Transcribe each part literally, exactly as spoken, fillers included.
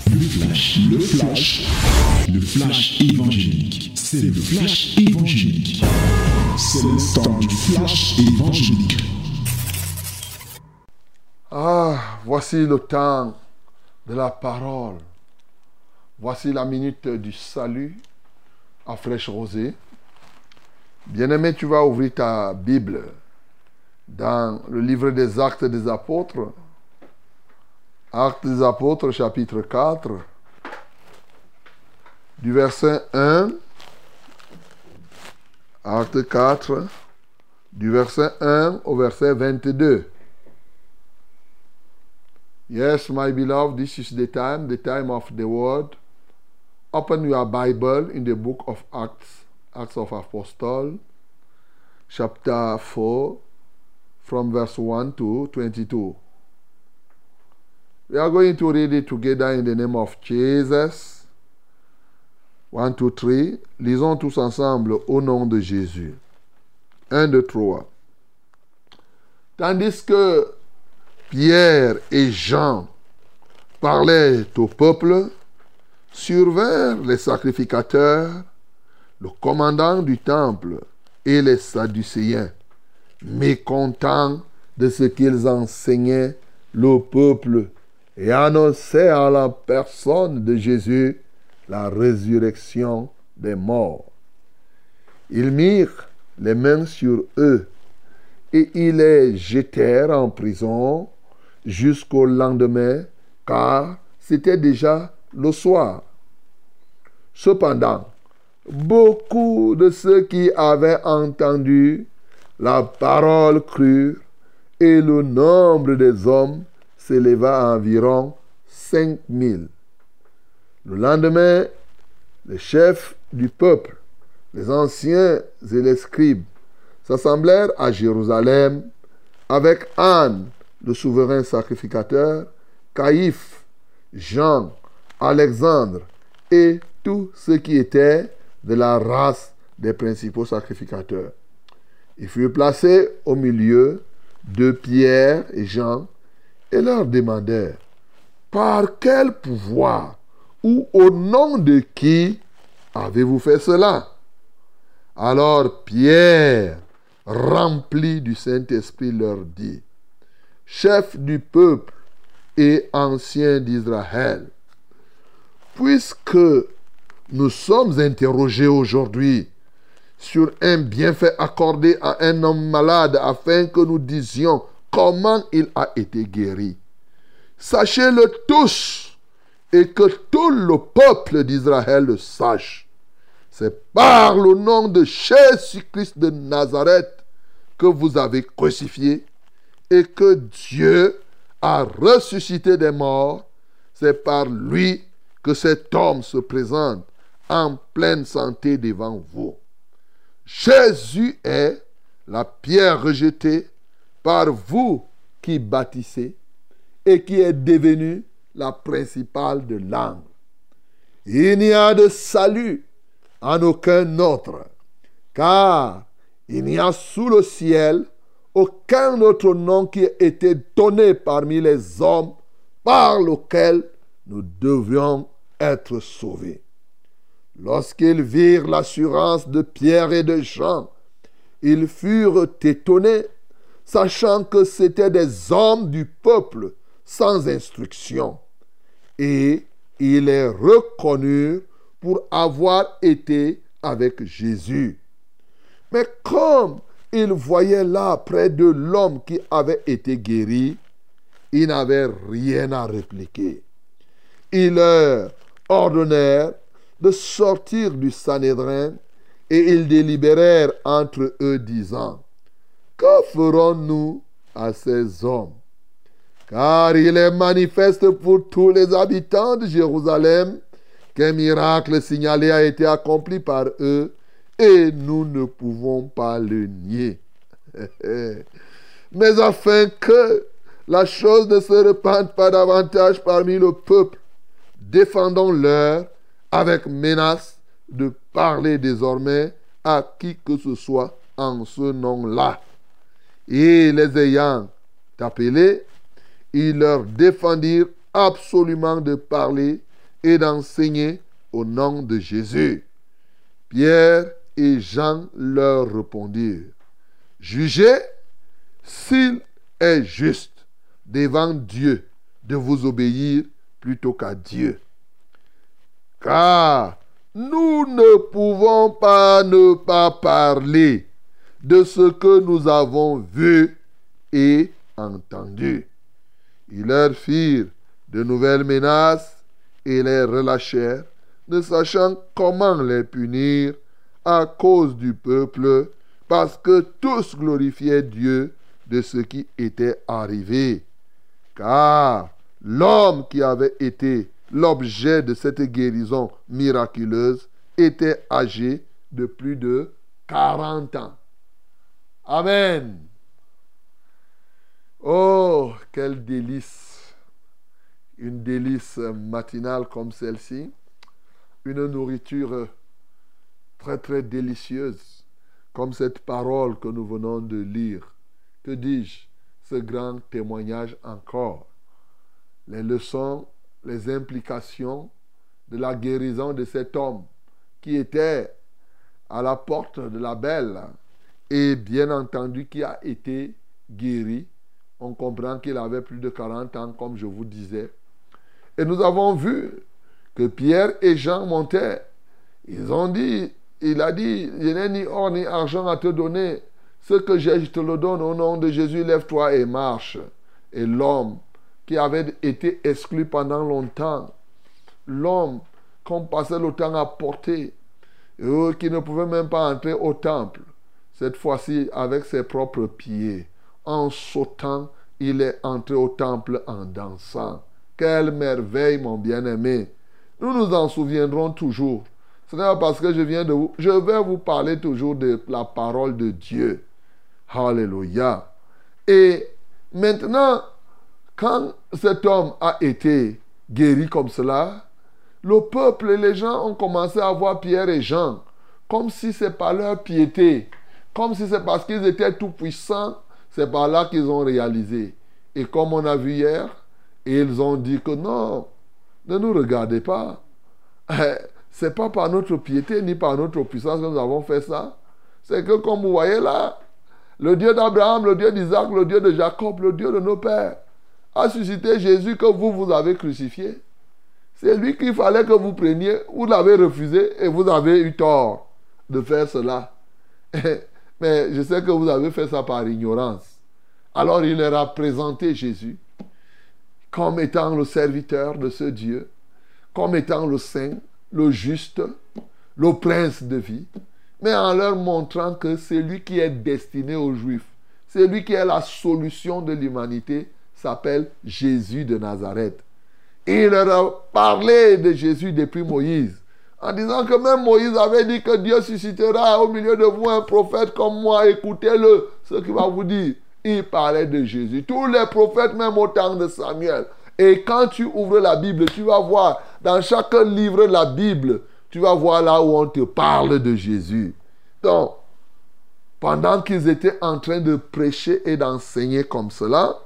Le flash, le flash, le flash évangélique. C'est le flash évangélique. C'est le temps du flash évangélique. Ah, voici le temps de la parole. Voici la minute du salut à fraîche rosée. Bien-aimé, tu vas ouvrir ta Bible dans le livre des Actes des Apôtres. Actes des Apôtres, chapitre quatre, du verset un. Acte quatre, du verset un au verset vingt-deux. Yes, my beloved, this is the time, the time of the word. Open your Bible in the book of Acts, Acts of Apostles, chapter four, from verse one to twenty-two. We are going to read it together in the name of Jesus. One, two, three. Lisons tous ensemble au nom de Jésus. Un, deux, trois. Tandis que Pierre et Jean parlaient au peuple, survinrent les sacrificateurs, le commandant du temple et les Sadducéens, mécontents de ce qu'ils enseignaient le peuple, et annonçaient à la personne de Jésus la résurrection des morts. Ils mirent les mains sur eux et ils les jetèrent en prison jusqu'au lendemain, car c'était déjà le soir. Cependant, beaucoup de ceux qui avaient entendu la parole crurent, et le nombre des hommes s'éleva à environ cinq mille. Le lendemain, les chefs du peuple, les anciens et les scribes, s'assemblèrent à Jérusalem avec Anne, le souverain sacrificateur, Caïphe, Jean, Alexandre et tous ceux qui étaient de la race des principaux sacrificateurs. Ils furent placés au milieu de Pierre et Jean et leur demandèrent: par quel pouvoir ou au nom de qui avez-vous fait cela? Alors Pierre, rempli du Saint-Esprit, leur dit: chef du peuple et ancien d'Israël, puisque nous sommes interrogés aujourd'hui sur un bienfait accordé à un homme malade afin que nous disions comment il a été guéri, sachez-le tous et que tout le peuple d'Israël le sache. C'est par le nom de Jésus-Christ de Nazareth que vous avez crucifié et que Dieu a ressuscité des morts. C'est par lui que cet homme se présente en pleine santé devant vous. Jésus est la pierre rejetée par vous qui bâtissez et qui est devenue la principale de l'angle. Il n'y a de salut en aucun autre, car il n'y a sous le ciel aucun autre nom qui ait été donné parmi les hommes par lequel nous devions être sauvés. Lorsqu'ils virent l'assurance de Pierre et de Jean, ils furent étonnés, sachant que c'étaient des hommes du peuple sans instruction, et ils les reconnurent pour avoir été avec Jésus. Mais comme ils voyaient là près de l'homme qui avait été guéri, ils n'avaient rien à répliquer. Ils leur ordonnèrent de sortir du Sanhédrin et ils délibérèrent entre eux disant: que ferons-nous à ces hommes? Car il est manifeste pour tous les habitants de Jérusalem qu'un miracle signalé a été accompli par eux et nous ne pouvons pas le nier. Mais afin que la chose ne se répande pas davantage parmi le peuple, défendons-leur avec menace de parler désormais à qui que ce soit en ce nom-là. Et les ayant appelés, ils leur défendirent absolument de parler et d'enseigner au nom de Jésus. Pierre et Jean leur répondirent, jugez s'il est juste devant Dieu de vous obéir plutôt qu'à Dieu. Car nous ne pouvons pas ne pas parler de ce que nous avons vu et entendu. Ils leur firent de nouvelles menaces et les relâchèrent, ne sachant comment les punir à cause du peuple, parce que tous glorifiaient Dieu de ce qui était arrivé. Car l'homme qui avait été l'objet de cette guérison miraculeuse était âgé de plus de quarante ans. Amen. Oh, quel délice. Une délice matinale comme celle-ci. Une nourriture très très délicieuse, comme cette parole que nous venons de lire. Que dis-je? Ce grand témoignage encore. Les leçons, les implications de la guérison de cet homme qui était à la porte de la belle et bien entendu qui a été guéri. On comprend qu'il avait plus de quarante ans, comme je vous disais. Et nous avons vu que Pierre et Jean montaient. Ils ont dit, il a dit, je n'ai ni or ni argent à te donner. Ce que j'ai, je te le donne au nom de Jésus, lève-toi et marche. Et l'homme qui avait été exclu pendant longtemps, l'homme qu'on passait le temps à porter, et qui ne pouvait même pas entrer au temple, cette fois-ci avec ses propres pieds, en sautant, il est entré au temple en dansant. Quelle merveille, mon bien-aimé! Nous nous en souviendrons toujours. Ce n'est pas parce que je viens de vous... Je vais vous parler toujours de la parole de Dieu. Alléluia. Et maintenant, quand cet homme a été guéri comme cela, le peuple et les gens ont commencé à voir Pierre et Jean comme si c'est par leur piété, comme si c'est parce qu'ils étaient tout puissants, c'est par là qu'ils ont réalisé. Et comme on a vu hier, ils ont dit que non, ne nous regardez pas. C'est pas par notre piété ni par notre puissance que nous avons fait ça. C'est que comme vous voyez là, le Dieu d'Abraham, le Dieu d'Isaac, le Dieu de Jacob, le Dieu de nos pères, a suscité Jésus que vous, vous avez crucifié. C'est lui qu'il fallait que vous preniez. Vous l'avez refusé et vous avez eu tort de faire cela. Mais je sais que vous avez fait ça par ignorance. Alors il leur a présenté Jésus comme étant le serviteur de ce Dieu, comme étant le saint, le juste, le prince de vie, mais en leur montrant que c'est lui qui est destiné aux Juifs, c'est lui qui est la solution de l'humanité, s'appelle Jésus de Nazareth. Et il leur a parlé de Jésus depuis Moïse, en disant que même Moïse avait dit que Dieu suscitera au milieu de vous un prophète comme moi, écoutez-le, ce qu'il va vous dire. Il parlait de Jésus. Tous les prophètes, même au temps de Samuel. Et quand tu ouvres la Bible, tu vas voir, dans chaque livre de la Bible, tu vas voir là où on te parle de Jésus. Donc, pendant qu'ils étaient en train de prêcher et d'enseigner comme cela,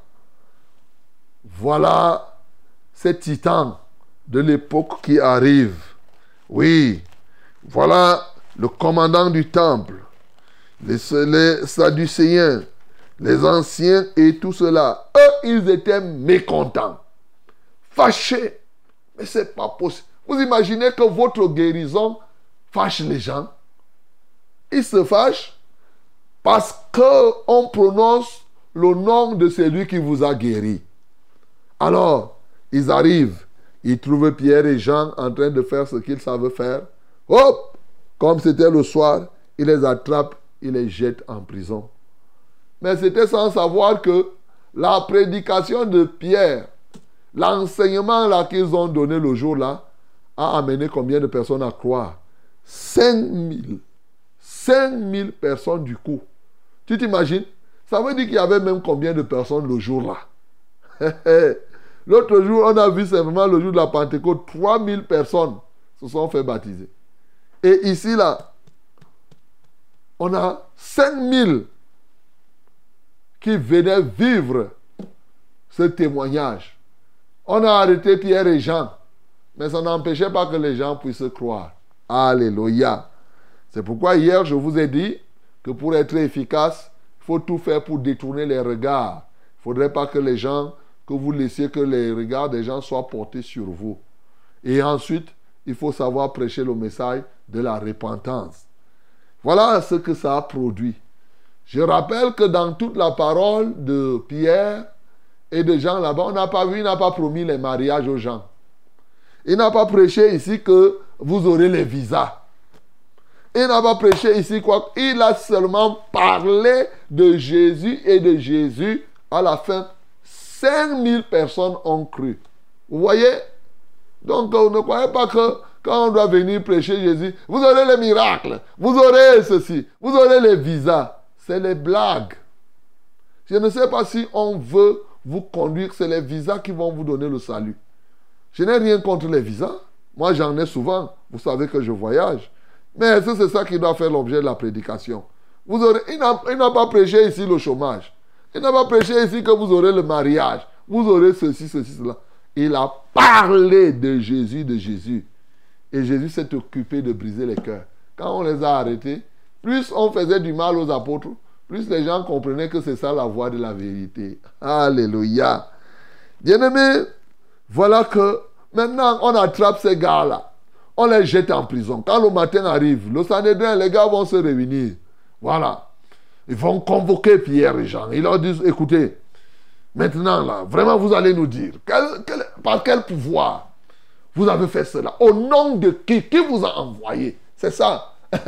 voilà ces titans de l'époque qui arrivent. Oui, voilà le commandant du temple, les, les Sadducéens, les anciens et tout cela. Eux, ils étaient mécontents, fâchés. Mais ce n'est pas possible. Vous imaginez que votre guérison fâche les gens? Ils se fâchent parce qu'on prononce le nom de celui qui vous a guéri. Alors, ils arrivent, ils trouvent Pierre et Jean en train de faire ce qu'ils savent faire. Hop! Comme c'était le soir, ils les attrapent, ils les jettent en prison. Mais c'était sans savoir que la prédication de Pierre, l'enseignement là qu'ils ont donné le jour-là, a amené combien de personnes à croire? cinq mille. cinq mille personnes du coup. Tu t'imagines? Ça veut dire qu'il y avait même combien de personnes le jour-là? L'autre jour, on a vu simplement le jour de la Pentecôte, trois mille personnes se sont fait baptiser. Et ici, là, on a cinq mille qui venaient vivre ce témoignage. On a arrêté Pierre et Jean. Mais ça n'empêchait pas que les gens puissent croire. Alléluia. C'est pourquoi hier, je vous ai dit que pour être efficace, il faut tout faire pour détourner les regards. Il ne faudrait pas que les gens, que vous laissiez que les regards des gens soient portés sur vous. Et ensuite, il faut savoir prêcher le message de la repentance. Voilà ce que ça a produit. Je rappelle que dans toute la parole de Pierre et de Jean là-bas, on n'a pas vu, il n'a pas promis les mariages aux gens. Il n'a pas prêché ici que vous aurez les visas. Il n'a pas prêché ici quoi. Il a seulement parlé de Jésus et de Jésus. À la fin, cinq mille personnes ont cru. Vous voyez? Donc, ne croyez pas que quand on doit venir prêcher Jésus, vous aurez les miracles, vous aurez ceci, vous aurez les visas. C'est les blagues. Je ne sais pas si on veut vous conduire, c'est les visas qui vont vous donner le salut. Je n'ai rien contre les visas. Moi, j'en ai souvent. Vous savez que je voyage. Mais est-ce que c'est ça qui doit faire l'objet de la prédication? Vous aurez, il n'a, il n'a pas prêché ici le chômage. Il n'a pas prêché ici que vous aurez le mariage. Vous aurez ceci, ceci, cela. Il a parlé de Jésus, de Jésus. Et Jésus s'est occupé de briser les cœurs. Quand on les a arrêtés, plus on faisait du mal aux apôtres, plus les gens comprenaient que c'est ça la voie de la vérité. Alléluia. Bien-aimés, voilà que maintenant on attrape ces gars-là. On les jette en prison. Quand le matin arrive, le Sanhédrin, les gars vont se réunir. Voilà. Ils vont convoquer Pierre et Jean. Ils leur disent, écoutez, maintenant là, vraiment vous allez nous dire, quel, quel, par quel pouvoir vous avez fait cela? Au nom de qui? Qui vous a envoyé? C'est ça.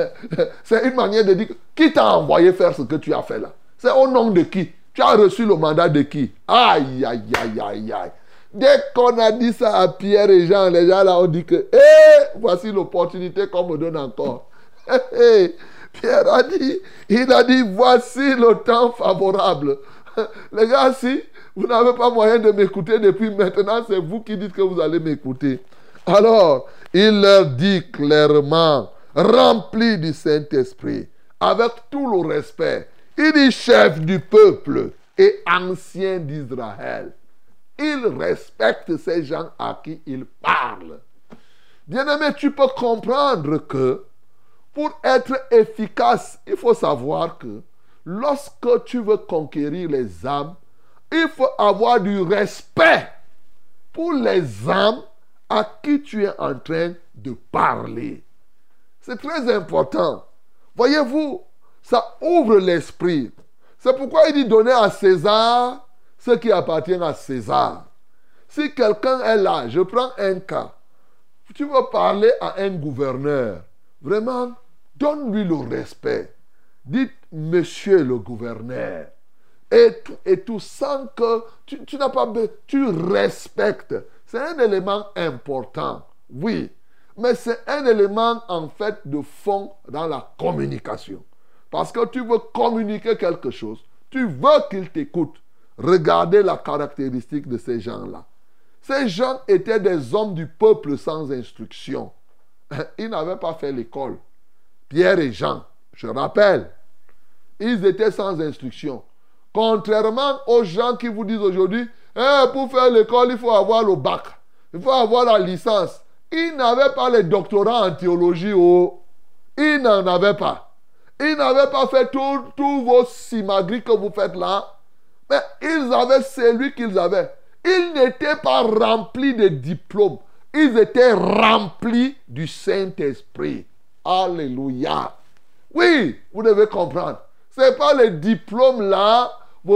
C'est une manière de dire, qui t'a envoyé faire ce que tu as fait là? C'est au nom de qui? Tu as reçu le mandat de qui? Aïe, aïe, aïe, aïe, aïe. Dès qu'on a dit ça à Pierre et Jean, les gens là ont dit que, hé, hey, voici l'opportunité qu'on me donne encore. Hey, hey. Pierre a dit, il a dit, voici le temps favorable. Les gars, si vous n'avez pas moyen de m'écouter depuis maintenant, c'est vous qui dites que vous allez m'écouter. Alors, il leur dit clairement, rempli du Saint-Esprit, avec tout le respect, il dit chef du peuple et ancien d'Israël. Il respecte ces gens à qui il parle. Bien-aimé, tu peux comprendre que pour être efficace, il faut savoir que lorsque tu veux conquérir les âmes, il faut avoir du respect pour les âmes à qui tu es en train de parler. C'est très important. Voyez-vous, ça ouvre l'esprit. C'est pourquoi il dit donner à César ce qui appartient à César. Si quelqu'un est là, je prends un cas. Tu veux parler à un gouverneur. Vraiment, donne-lui le respect. Dites, monsieur le gouverneur. Et tout, et tout sans que tu, tu n'as pas tu respectes. C'est un élément important, oui. Mais c'est un élément en fait de fond dans la communication. Parce que tu veux communiquer quelque chose. Tu veux qu'il t'écoute. Regardez la caractéristique de ces gens-là. Ces gens étaient des hommes du peuple sans instruction. Ils n'avaient pas fait l'école. Pierre et Jean, je rappelle, ils étaient sans instruction. Contrairement aux gens qui vous disent aujourd'hui, eh, pour faire l'école, il faut avoir le bac. Il faut avoir la licence. Ils n'avaient pas les doctorats en théologie. Oh. Ils n'en avaient pas. Ils n'avaient pas fait tous vos simagris que vous faites là. Mais ils avaient celui qu'ils avaient. Ils n'étaient pas remplis de diplômes. Ils étaient remplis du Saint-Esprit. Alléluia. Oui, vous devez comprendre. Ce n'est pas les diplômes là.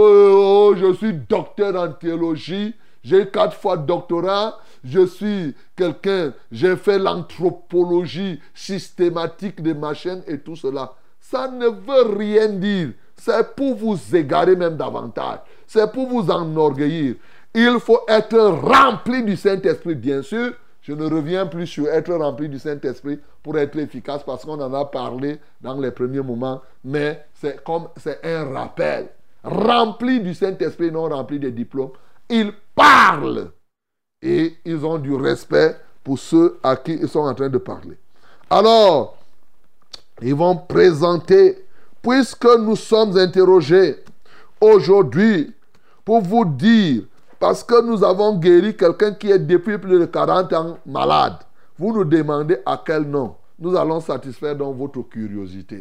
Oh, je suis docteur en théologie. J'ai quatre fois doctorat. Je suis quelqu'un. J'ai fait l'anthropologie systématique des machines et tout cela. Ça ne veut rien dire. C'est pour vous égarer même davantage. C'est pour vous enorgueillir. Il faut être rempli du Saint-Esprit, bien sûr. Je ne reviens plus sur être rempli du Saint-Esprit pour être efficace parce qu'on en a parlé dans les premiers moments. Mais c'est comme c'est un rappel. Rempli du Saint-Esprit, non rempli de diplômes. Ils parlent. Et ils ont du respect pour ceux à qui ils sont en train de parler. Alors, ils vont présenter, puisque nous sommes interrogés aujourd'hui pour vous dire parce que nous avons guéri quelqu'un qui est depuis plus de quarante ans malade, vous nous demandez à quel nom. Nous allons satisfaire donc votre curiosité.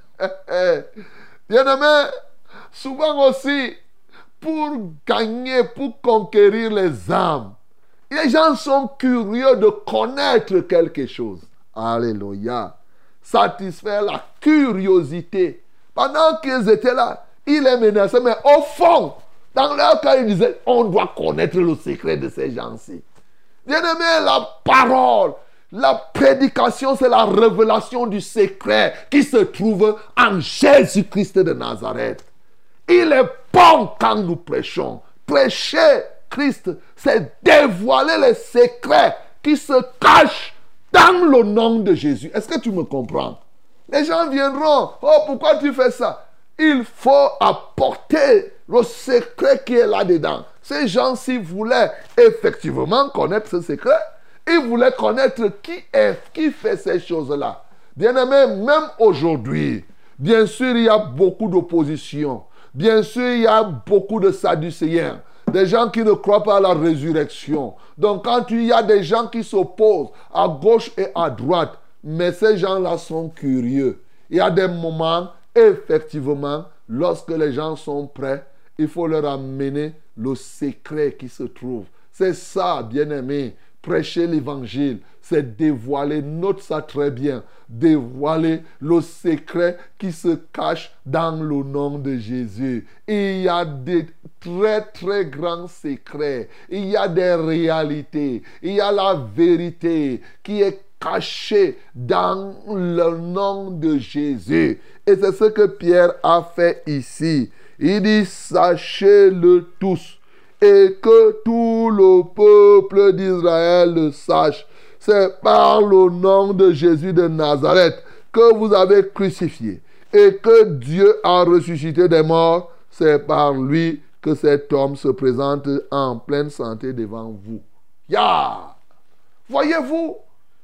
Bien-aimés, souvent aussi, pour gagner, pour conquérir les âmes, les gens sont curieux de connaître quelque chose. Alléluia. Satisfaire la curiosité. Pendant qu'ils étaient là, il est menacé, mais au fond, dans leur cas, ils disaient, on doit connaître le secret de ces gens-ci. Bien-aimé, la parole, la prédication, c'est la révélation du secret qui se trouve en Jésus-Christ de Nazareth. Il est bon quand nous prêchons. Prêcher Christ, c'est dévoiler les secrets qui se cachent dans le nom de Jésus. Est-ce que tu me comprends? Les gens viendront. Oh, pourquoi tu fais ça? Il faut apporter le secret qui est là-dedans. Ces gens-ci voulaient effectivement connaître ce secret. Ils voulaient connaître qui est, qui fait ces choses-là. Bien-aimés, même aujourd'hui, bien sûr, il y a beaucoup d'opposition. Bien sûr, il y a beaucoup de sadducéens. Des gens qui ne croient pas à la résurrection. Donc, quand il y a des gens qui s'opposent à gauche et à droite, mais ces gens-là sont curieux. Il y a des moments, effectivement, lorsque les gens sont prêts, il faut leur amener le secret qui se trouve. C'est ça, bien-aimé. Prêcher l'évangile, c'est dévoiler, note ça très bien, dévoiler le secret qui se cache dans le nom de Jésus. Il y a des très très grands secrets, il y a des réalités, il y a la vérité qui est cachée dans le nom de Jésus. Et c'est ce que Pierre a fait ici. Il dit, sachez-le tous. Et que tout le peuple d'Israël le sache. C'est par le nom de Jésus de Nazareth que vous avez crucifié. Et que Dieu a ressuscité des morts. C'est par lui que cet homme se présente en pleine santé devant vous. Ya! Voyez-vous,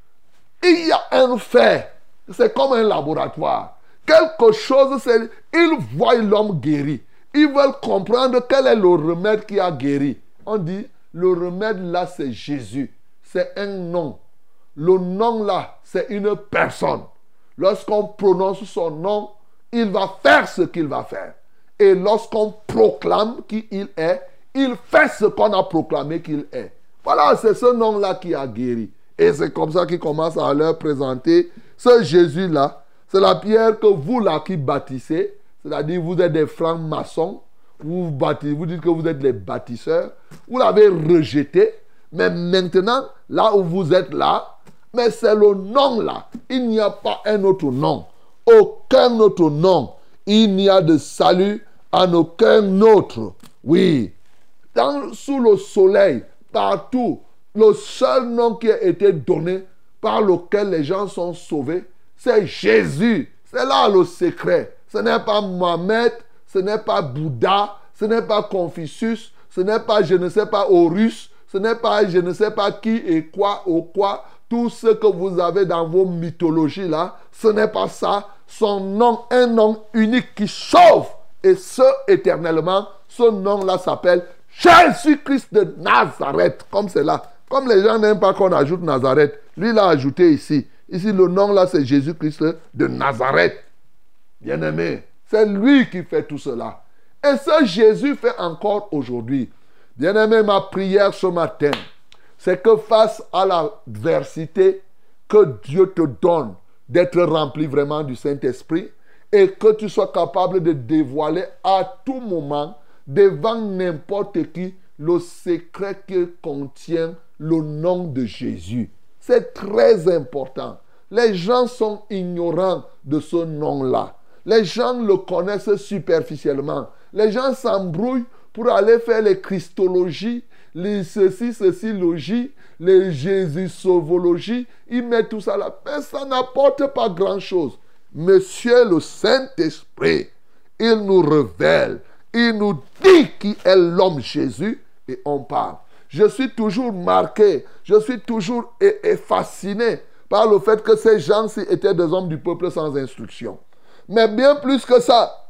il y a un fait. C'est comme un laboratoire. Quelque chose, c'est... Ils voient l'homme guéri. Ils veulent comprendre quel est le remède qui a guéri. On dit, le remède là, c'est Jésus. C'est un nom. Le nom là, c'est une personne. Lorsqu'on prononce son nom, il va faire ce qu'il va faire. Et lorsqu'on proclame qui il est, il fait ce qu'on a proclamé qu'il est. Voilà, c'est ce nom-là qui a guéri. Et c'est comme ça qu'il commence à leur présenter ce Jésus-là. C'est la pierre que vous là qui bâtissez. C'est-à-dire, vous êtes des francs-maçons, vous, bâtissez, vous dites que vous êtes les bâtisseurs, vous l'avez rejeté, mais maintenant, là où vous êtes là, mais c'est le nom là. Il n'y a pas un autre nom. Aucun autre nom. Il n'y a de salut en aucun autre. Oui. Dans, sous le soleil, partout, le seul nom qui a été donné par lequel les gens sont sauvés, c'est Jésus. C'est là le secret. Ce n'est pas Mohamed, ce n'est pas Bouddha, ce n'est pas Confucius, ce n'est pas je ne sais pas Horus, ce n'est pas je ne sais pas qui et quoi ou quoi. Tout ce que vous avez dans vos mythologies là, ce n'est pas ça. Son nom, un nom unique qui sauve. Et ce, éternellement, ce nom-là s'appelle Jésus-Christ de Nazareth. Comme c'est là. Comme les gens n'aiment pas qu'on ajoute Nazareth, lui l'a ajouté ici. Ici, le nom là, c'est Jésus-Christ de Nazareth. Bien-aimé, c'est lui qui fait tout cela. Et ce Jésus fait encore aujourd'hui. Bien-aimé, ma prière ce matin, c'est que face à l'adversité que Dieu te donne d'être rempli vraiment du Saint-Esprit et que tu sois capable de dévoiler à tout moment devant n'importe qui le secret que contient le nom de Jésus. C'est très important. Les gens sont ignorants de ce nom-là. Les gens le connaissent superficiellement. Les gens s'embrouillent pour aller faire les christologies, les ceci, ceci, logie, les Jésus-sauvologie. Ils mettent tout ça là. Mais ça n'apporte pas grand-chose. Monsieur le Saint-Esprit, il nous révèle, il nous dit qui est l'homme Jésus et on parle. Je suis toujours marqué, je suis toujours et, et fasciné par le fait que ces gens-ci étaient des hommes du peuple sans instruction. Mais bien plus que ça,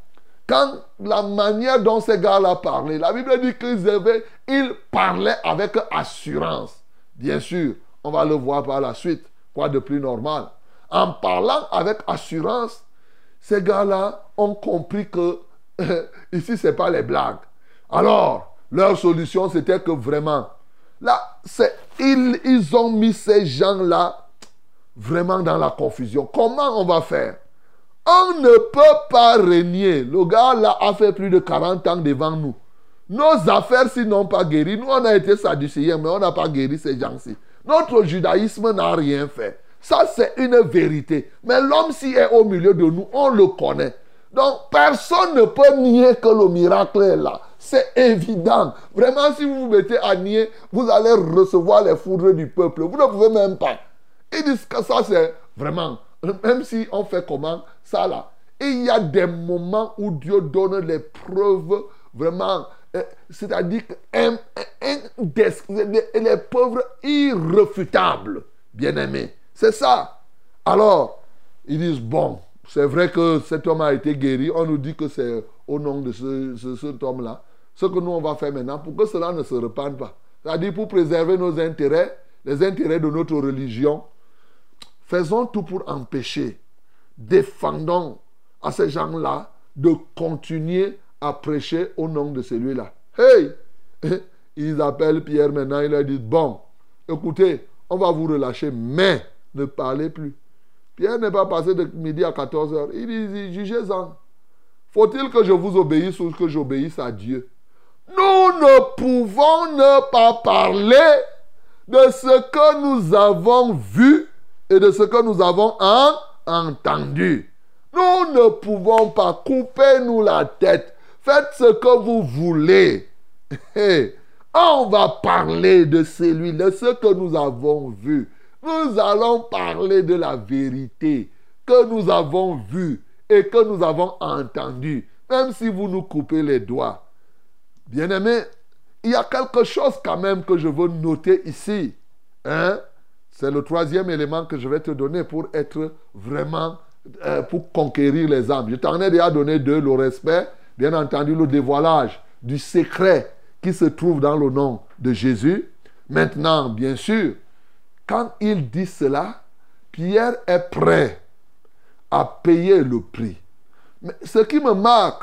quand la manière dont ces gars-là parlaient, la Bible dit qu'ils avaient, ils parlaient avec assurance. Bien sûr, on va le voir par la suite. Quoi de plus normal? En parlant avec assurance, ces gars-là ont compris que euh, ici, ce n'est pas les blagues. Alors, leur solution, c'était que vraiment, là, c'est, ils, ils ont mis ces gens-là vraiment dans la confusion. Comment on va faire? On ne peut pas régner. Le gars là a fait plus de quarante ans devant nous. Nos affaires s'ils n'ont pas guéri. Nous on a été sadducéens mais on n'a pas guéri ces gens-ci. Notre judaïsme n'a rien fait. Ça c'est une vérité. Mais l'homme s'il est au milieu de nous, on le connaît. Donc personne ne peut nier que le miracle est là. C'est évident. Vraiment si vous vous mettez à nier, vous allez recevoir les foudres du peuple. Vous ne pouvez même pas. Ils disent que ça c'est vraiment... Même si on fait comment, ça là. Il y a des moments où Dieu donne les preuves vraiment, euh, c'est-à-dire un, un, un, les preuves irréfutables, bien-aimés. C'est ça. Alors, ils disent, bon, c'est vrai que cet homme a été guéri. On nous dit que c'est au nom de ce, ce, cet homme-là. Ce que nous, on va faire maintenant, pour que cela ne se répande pas. C'est-à-dire pour préserver nos intérêts, les intérêts de notre religion. Faisons tout pour empêcher, défendons à ces gens-là de continuer à prêcher au nom de celui-là. Hey! Ils appellent Pierre maintenant, ils leur disent, bon, écoutez, on va vous relâcher, mais ne parlez plus. Pierre n'est pas passé de midi à quatorze heures. Il dit, jugez-en. Faut-il que je vous obéisse ou que j'obéisse à Dieu? Nous ne pouvons ne pas parler de ce que nous avons vu et de ce que nous avons en, entendu. Nous ne pouvons pas couper nous la tête. Faites ce que vous voulez. On va parler de celui, de ce que nous avons vu. Nous allons parler de la vérité que nous avons vue et que nous avons entendue. Même si vous nous coupez les doigts. Bien-aimés, il y a quelque chose quand même que je veux noter ici. Hein? C'est le troisième élément que je vais te donner pour être vraiment, euh, pour conquérir les âmes. Je t'en ai déjà donné deux, le respect, bien entendu le dévoilage du secret qui se trouve dans le nom de Jésus. Maintenant, bien sûr, quand il dit cela, Pierre est prêt à payer le prix. Mais ce qui me marque,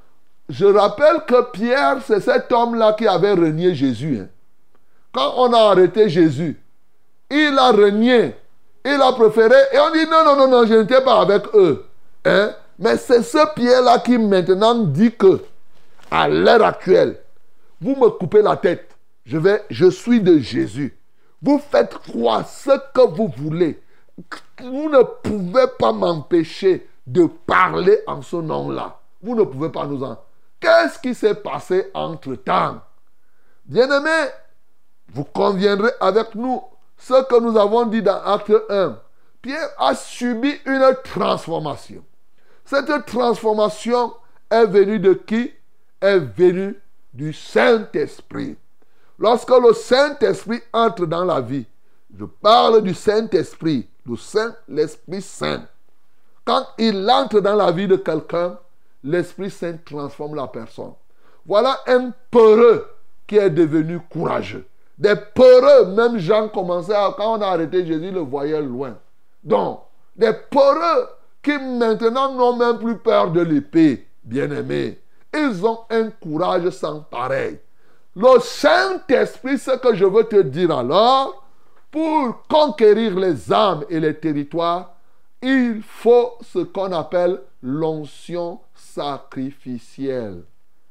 je rappelle que Pierre, c'est cet homme-là qui avait renié Jésus. Hein. Quand on a arrêté Jésus, il a renié, il a préféré, et on dit non, non, non, non, je n'étais pas avec eux. Hein? Mais c'est ce Pierre-là qui maintenant dit que, à l'heure actuelle, vous me coupez la tête, je vais, je suis de Jésus. Vous faites croire ce que vous voulez. Vous ne pouvez pas m'empêcher de parler en ce nom-là. Vous ne pouvez pas nous en... Qu'est-ce qui s'est passé entre-temps? Bien-aimés, vous conviendrez avec nous ce que nous avons dit dans Acte un. Pierre a subi une transformation. Cette transformation est venue de qui? Est venue du Saint-Esprit. Lorsque le Saint-Esprit entre dans la vie, je parle du Saint-Esprit, le Saint, l'Esprit Saint. Quand il entre dans la vie de quelqu'un, l'Esprit Saint transforme la personne. Voilà un peureux qui est devenu courageux. Des peureux, même Jean commençait à, quand on a arrêté Jésus, le voyait loin. Donc, des peureux qui maintenant n'ont même plus peur de l'épée, bien-aimés. Ils ont un courage sans pareil. Le Saint-Esprit, ce que je veux te dire alors, pour conquérir les âmes et les territoires, il faut ce qu'on appelle l'onction sacrificielle.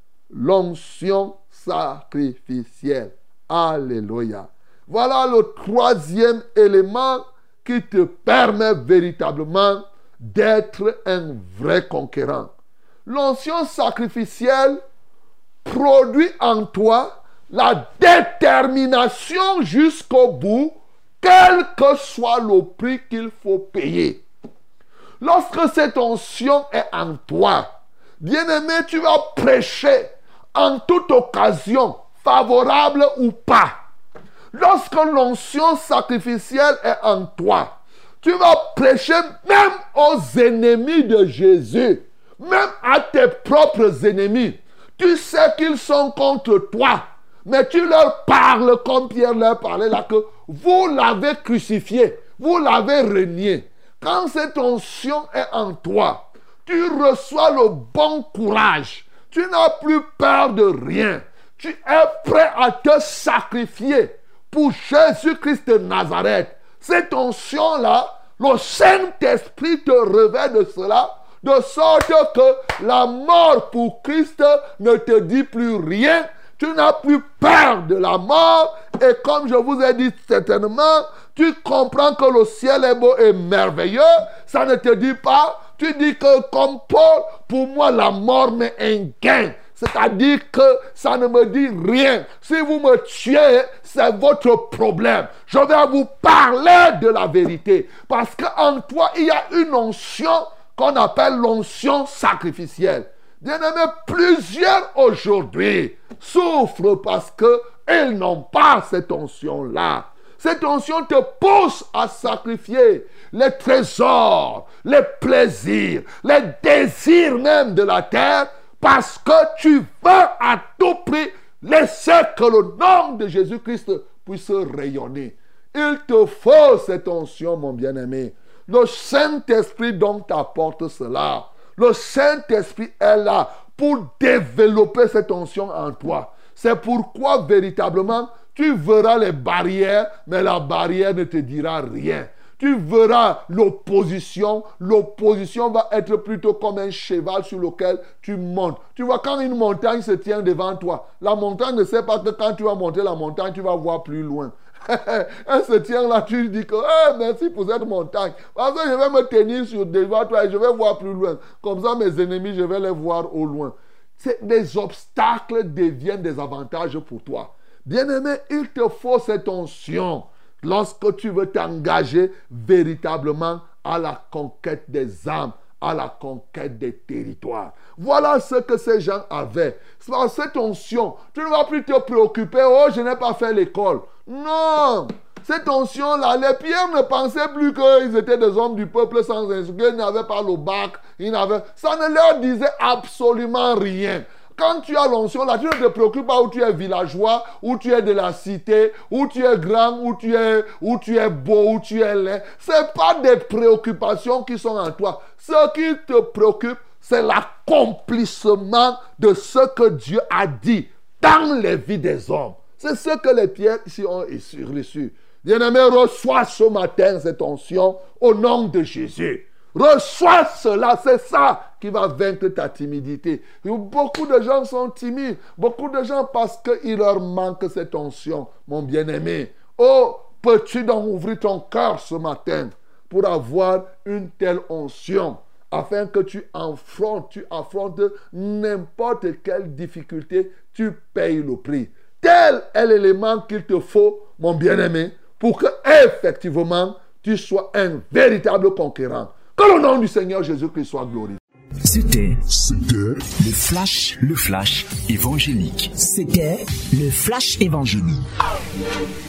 L'onction sacrificielle. Alléluia. Voilà le troisième élément qui te permet véritablement d'être un vrai conquérant. L'onction sacrificielle produit en toi la détermination jusqu'au bout, quel que soit le prix qu'il faut payer. Lorsque cette onction est en toi, bien-aimé, tu vas prêcher en toute occasion, favorable ou pas. Lorsque l'onction sacrificielle est en toi, tu vas prêcher même aux ennemis de Jésus. même à tes propres ennemis, tu sais qu'ils sont contre toi, mais tu leur parles comme Pierre leur parlait là, que vous l'avez crucifié, vous l'avez renié. Quand cette onction est en toi, tu reçois le bon courage. Tu n'as plus peur de rien. Tu es prêt à te sacrifier pour Jésus-Christ de Nazareth. Cette onction-là, le Saint-Esprit te revêt de cela, de sorte que la mort pour Christ ne te dit plus rien. Tu n'as plus peur de la mort. Et comme je vous ai dit certainement, tu comprends que le ciel est beau et merveilleux. Ça ne te dit pas. Tu dis que comme Paul, pour moi la mort m'est un gain. C'est-à-dire que ça ne me dit rien. Si vous me tuez, c'est votre problème. Je vais vous parler de la vérité. Parce qu'en toi, il y a une onction qu'on appelle l'onction sacrificielle. Bien-aimés, plusieurs aujourd'hui souffrent parce qu'ils n'ont pas cette onction-là. Cette onction te pousse à sacrifier les trésors, les plaisirs, les désirs même de la terre parce que tu veux à tout prix laisser que le nom de Jésus-Christ puisse rayonner. Il te faut cette onction, mon bien-aimé. Le Saint-Esprit donc t'apporte cela. Le Saint-Esprit est là pour développer cette onction en toi. C'est pourquoi véritablement tu verras les barrières, mais la barrière ne te dira rien. Tu verras l'opposition. L'opposition va être plutôt comme un cheval sur lequel tu montes. Tu vois, quand une montagne se tient devant toi, la montagne ne sait pas que quand tu vas monter la montagne, tu vas voir plus loin. Elle se tient là, tu dis que hey, merci pour cette montagne. Parce que je vais me tenir sur devant toi et je vais voir plus loin. Comme ça, mes ennemis, je vais les voir au loin. C'est, des obstacles deviennent des avantages pour toi. Bien-aimé, il te faut cette onction lorsque tu veux t'engager véritablement à la conquête des âmes, à la conquête des territoires. Voilà ce que ces gens avaient. C'est par cette onction, tu ne vas plus te préoccuper, oh, je n'ai pas fait l'école. Non! Cette onction-là, les Pierre ne pensaient plus qu'ils étaient des hommes du peuple sans instruction, ils n'avaient pas le bac, ils n'avaient... ça ne leur disait absolument rien. Quand tu as l'onction là, tu ne te préoccupes pas où tu es villageois, où tu es de la cité, où tu es grand, où tu es, où tu es beau, où tu es laid. Ce n'est pas des préoccupations qui sont en toi. Ce qui te préoccupe, c'est l'accomplissement de ce que Dieu a dit dans les vies des hommes. C'est ce que les pierres ici ont reçu. Bien-aimé, reçois ce matin cette onction au nom de Jésus. Reçois cela, c'est ça qui va vaincre ta timidité. Beaucoup de gens sont timides. Beaucoup de gens parce qu'il leur manque cette onction, mon bien-aimé. Oh, peux-tu donc ouvrir ton cœur ce matin pour avoir une telle onction afin que tu affrontes, tu affrontes n'importe quelle difficulté, tu payes le prix. Tel est l'élément qu'il te faut, mon bien-aimé, pour que effectivement tu sois un véritable conquérant. Que le nom du Seigneur Jésus-Christ soit glorifié. C'était, C'était le flash, le flash évangélique. C'était le flash évangélique.